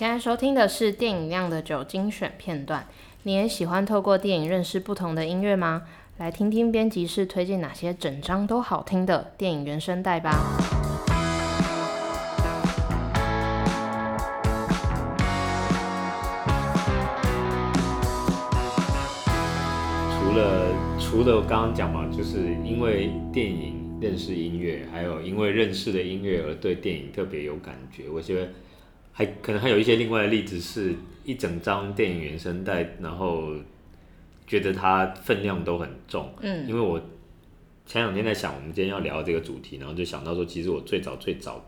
现在收听的是电影酿的酒精选片段。你也喜欢透过电影认识不同的音乐吗？来听听编辑室推荐哪些整张都好听的电影原声带吧。 除了我刚刚讲嘛，就是因为电影认识音乐，还有因为认识的音乐而对电影特别有感觉。我觉得可能还有一些另外的例子，是一整张电影原声带，然后觉得它分量都很重。因为我前两天在想我们今天要聊这个主题，然后就想到说，其实我最早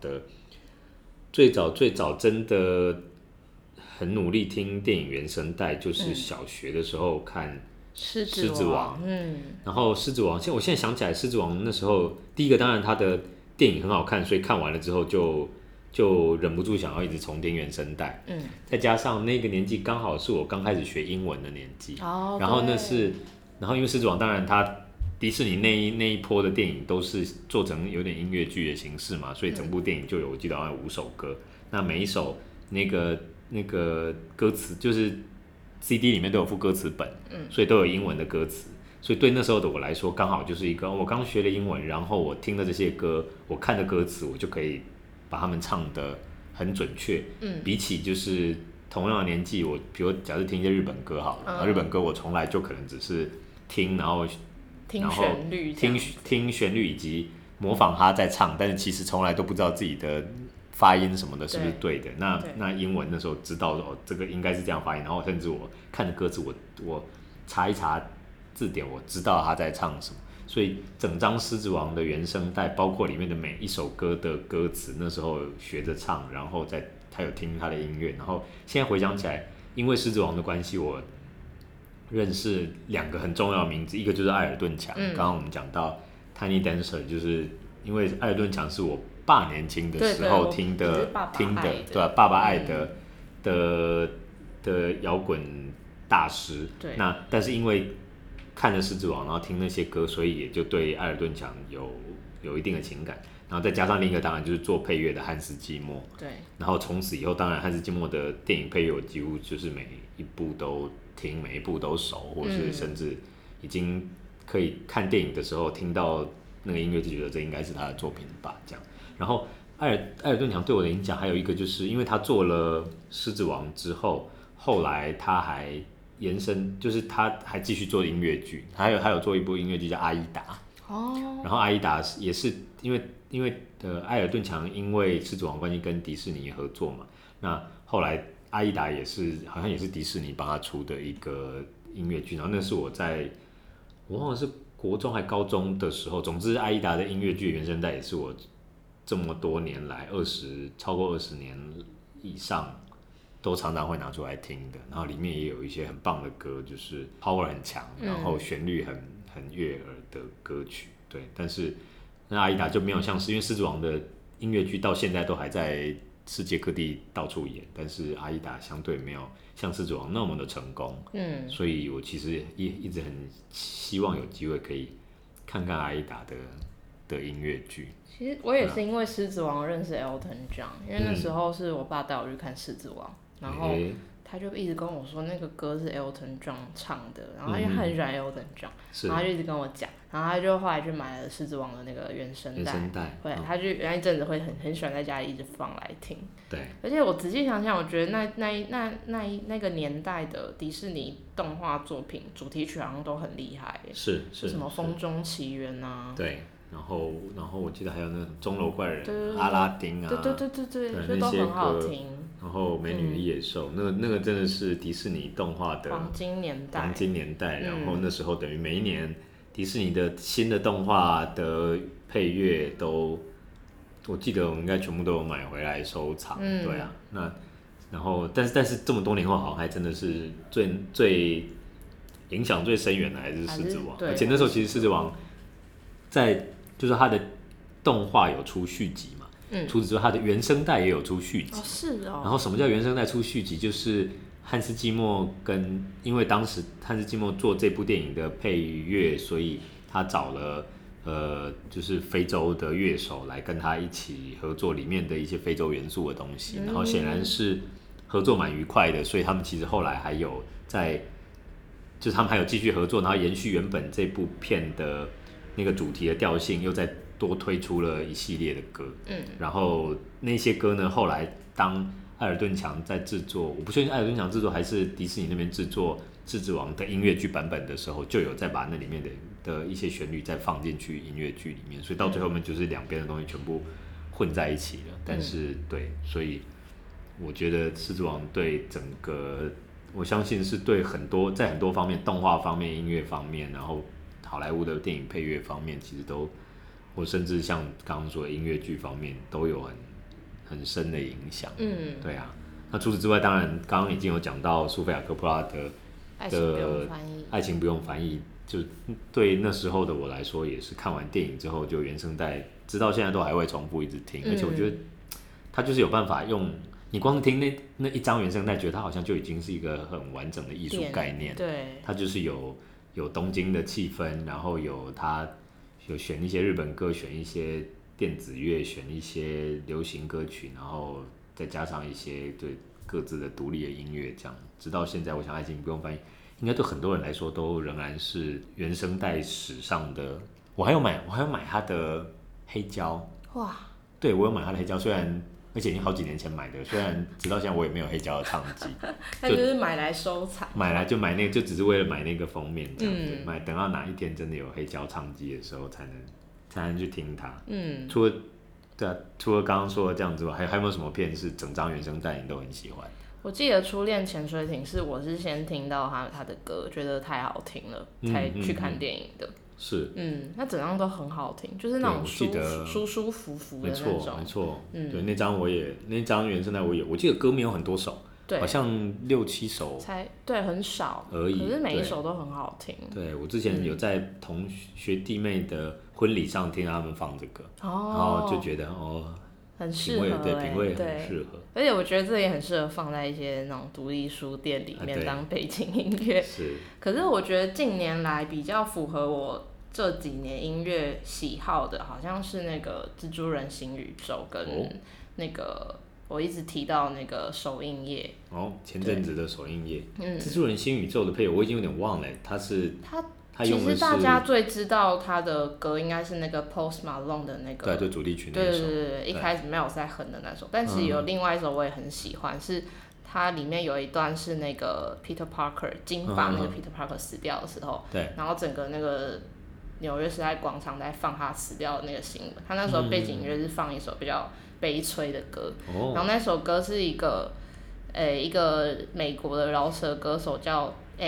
真的很努力听电影原声带，就是小学的时候看狮子王，然后狮子王，我现在想起来，狮子王那时候第一个当然它的电影很好看，所以看完了之后就忍不住想要一直重听原声带，再加上那个年纪刚好是我刚开始学英文的年纪，然后因为狮子王当然它迪士尼那一波的电影都是做成有点音乐剧的形式嘛，所以整部电影就有我记得好像5首歌，那每一首那个歌词就是。CD 里面都有附歌词本，所以都有英文的歌词，所以对那时候的我来说，刚好就是一个我刚学了英文，然后我听了这些歌，我看的歌词，我就可以把他们唱得很准确。比起就是同样的年纪，我比如假设听一些日本歌好了，然后日本歌我从来就可能只是听，然后听旋律， 听旋律以及模仿他在唱，但是其实从来都不知道自己的。发音什么的是不是对的？那英文那时候知道哦，这个应该是这样发音，然后甚至我看的歌词我查一查字典，我知道他在唱什么。所以整张《狮子王》的原声带，包括里面的每一首歌的歌词，那时候学着唱，然后他有听他的音乐，然后现在回想起来，因为《狮子王》的关系，我认识2个很重要的名字，一个就是艾尔顿强，刚刚我们讲到 Tiny Dancer， 就是因为艾尔顿强是我。爸年轻的时候听的，对吧？爸爸爱的摇滚大师。但是因为看了《狮子王》，然后听那些歌，所以也就对艾尔顿强有一定的情感。然后再加上另一个，当然就是做配乐的汉斯季默。 对。 然后从此以后，当然汉斯季默的电影配乐，我几乎就是每一部都听，每一部都熟，或是甚至已经可以看电影的时候听到那个音乐，就觉得这应该是他的作品吧，这样。然后艾尔顿强对我的影响还有一个，就是因为他做了《狮子王》之后，后来他还延伸，就是他还继续做音乐剧，还有做一部音乐剧叫《阿依达》。然后《阿依达》也是因为艾尔顿强因为《狮子王》关系跟迪士尼合作嘛，那后来《阿依达》好像也是迪士尼帮他出的一个音乐剧，然后那是我忘了是国中还高中的时候，总之《阿依达》的音乐剧原声带也是我。这么多年来超过20年以上都常常会拿出来听的，然后里面也有一些很棒的歌，就是 power 很强，然后旋律很悦耳的歌曲。对，但是那阿依达就没有像是因为狮子王的音乐剧到现在都还在世界各地到处演，但是阿依达相对没有像狮子王那么的成功。所以我其实一直很希望有机会可以看看阿依达的音乐剧。 其实我也是因为《狮子王》认识 Elton John， 因为那时候是我爸带我去看《狮子王》，然后他就一直跟我说那个歌是 Elton John 唱的，然后因为他很喜欢 Elton John，然后他就一直跟我讲，然后他就后来就买了《狮子王》的那个原声带，对，他就原来一阵子会很喜欢在家里一直放来听。 对， 而且我仔细想想，我觉得那个年代的迪士尼动画作品主题曲好像都很厉害， 是什么《风中奇缘》啊， 对。然后我记得还有那种钟楼怪人、阿拉丁啊， 对，这都很好听。 然后美女与野兽，那个真的是迪士尼动画的黄金年代。 然后那时候等于每一年迪士尼的新的动画的配乐都，我记得我们应该全部都有买回来收藏。对啊，然后但是这么多年后，好像还真的是最影响最深远的还是狮子王，而且那时候其实狮子王就是它的动画有出续集嘛，除此之外，它的原声带也有出续集。然后什么叫原声带出续集？就是汉斯季默因为当时汉斯季默做这部电影的配乐，所以他找了就是非洲的乐手来跟他一起合作里面的一些非洲元素的东西。然后显然是合作蛮愉快的，所以他们其实后来还有就是他们还有继续合作，然后延续原本这部片的那个主题的调性，又再多推出了一系列的歌。然后那些歌呢，后来当艾尔顿强在制作，我不确定艾尔顿强制作还是迪士尼那边制作《狮子王》的音乐剧版本的时候，就有再把那里面的一些旋律再放进去音乐剧里面，所以到最后面就是两边的东西全部混在一起了。但是对，所以我觉得《狮子王》对整个，我相信是对在很多方面，动画方面、音乐方面，然后好莱坞的电影配乐方面，其实都，或甚至像刚刚说的音乐剧方面，都有很深的影响。对啊。那除此之外，当然刚刚已经有讲到苏菲亚科波拉的爱情不用翻译，就对那时候的我来说，也是看完电影之后就原声带，直到现在都还会重复一直听，而且我觉得他就是有办法用。你光听那一张原声带，觉得它好像就已经是一个很完整的艺术概念。 对， 它就是有东京的气氛，然后它有选一些日本歌，选一些电子乐，选一些流行歌曲，然后再加上一些对各自的独立的音乐，这样直到现在，我想爱情不用翻译，应该对很多人来说都仍然是原声带史上的。我还有买它的黑胶。 哇！ 对，我有买它的黑胶，而且已经好几年前买的，虽然直到现在我也没有黑胶的唱机， 那就是买来收藏， 就买那个，就只是为了买那个封面这样子，等到哪一天真的有黑胶唱机的时候才能去听它。除了刚刚说的这样之外，还有没有什么片是整张原声带你都很喜欢？ 我记得《初恋潜水艇》我是先听到他的歌，觉得太好听了，才去看电影的。 是， 那整张都很好听，就是那种舒舒服服的那种。 没错，对，那张原声带我记得歌没有很多首，好像6、7首， 对，很少而已，可是每一首都很好听。 对，我之前有在同学弟妹的婚礼上听他们放这个，然后就觉得很适合， 品味很适合。 而且我觉得这也很适合放在一些那种独立书店里面当背景音乐。 是。可是我觉得近年来比较符合我这几年音乐喜好的，好像是那个蜘蛛人新宇宙跟那个我一直提到那个首映夜。 前阵子的首映夜。蜘蛛人新宇宙的配乐我已经有点忘了， 其实大家最知道他的歌应该是那个 Post Malone 的那个， 对，主题曲那一首。 对，一开始 Mel 在哼的那首，但其实有另外一首我也很喜欢，是它里面有一段是那个 Peter Parker 金发那个 Peter Parker 死掉的时候，然后整个那个纽约时代广场在放他死掉的那个新闻，他那时候背景音乐是放一首比较悲催的歌，然后那首歌是一个美国的饶舌歌手叫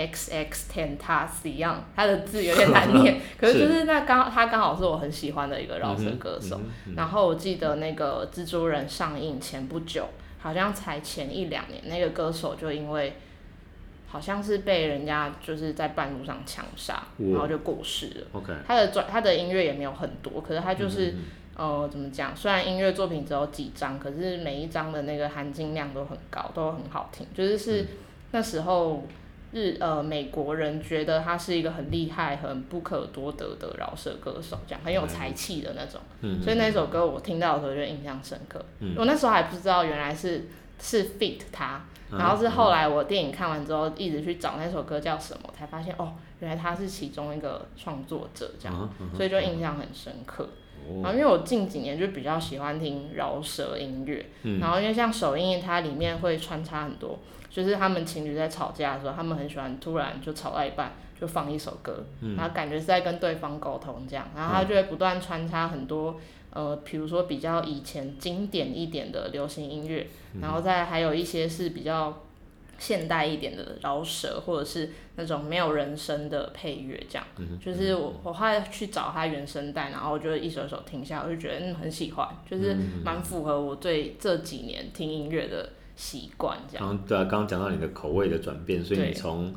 XXXTentacion， 他的字有点难念，可是就是他刚好是我很喜欢的一个饶舌歌手。然后我记得那个蜘蛛人上映前不久，好像才前1-2年，那个歌手就因为好像是被人家就是在半路上枪杀，然后就过世了。他的音乐也没有很多，可是他就是怎么讲？虽然音乐作品只有几张，可是每一张的那个含金量都很高，都很好听。就是那时候美国人觉得他是一个很厉害、很不可多得的饶舌歌手，这样很有才气的那种。所以那首歌我听到的时候就印象深刻。我那时候还不知道原来是 feat 他，然后是后来我电影看完之后一直去找那首歌叫什么，才发现原来他是其中一个创作者，这样，所以就印象很深刻。然后因为我近几年就比较喜欢听饶舌音乐，然后因为像首映它里面会穿插很多，就是他们情侣在吵架的时候，他们很喜欢突然就吵到一半就放一首歌，然后感觉是在跟对方沟通这样，然后他就会不断穿插很多比如说比较以前经典一点的流行音乐，然后再还有一些是比较现代一点的饶舌，或者是那种没有人声的配乐，这样，就是我会去找他原声带，然后我就一首一首听下，我就觉得很喜欢，就是蛮符合我对这几年听音乐的习惯，这样。 对啊，刚刚讲到你的口味的转变，所以你从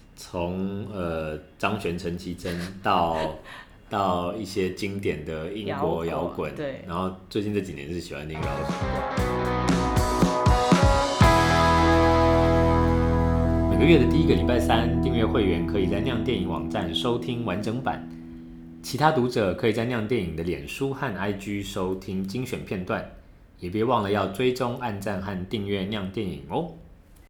张悬、陈绮贞到一些经典的英国摇滚， 对， 然后最近这几年是喜欢听饶舌。每个月的第1个礼拜3，订阅会员可以在酿电影网站收听完整版，其他读者可以在酿电影的脸书和 IG 收听精选片段，也别忘了要追踪、按赞和订阅酿电影哦。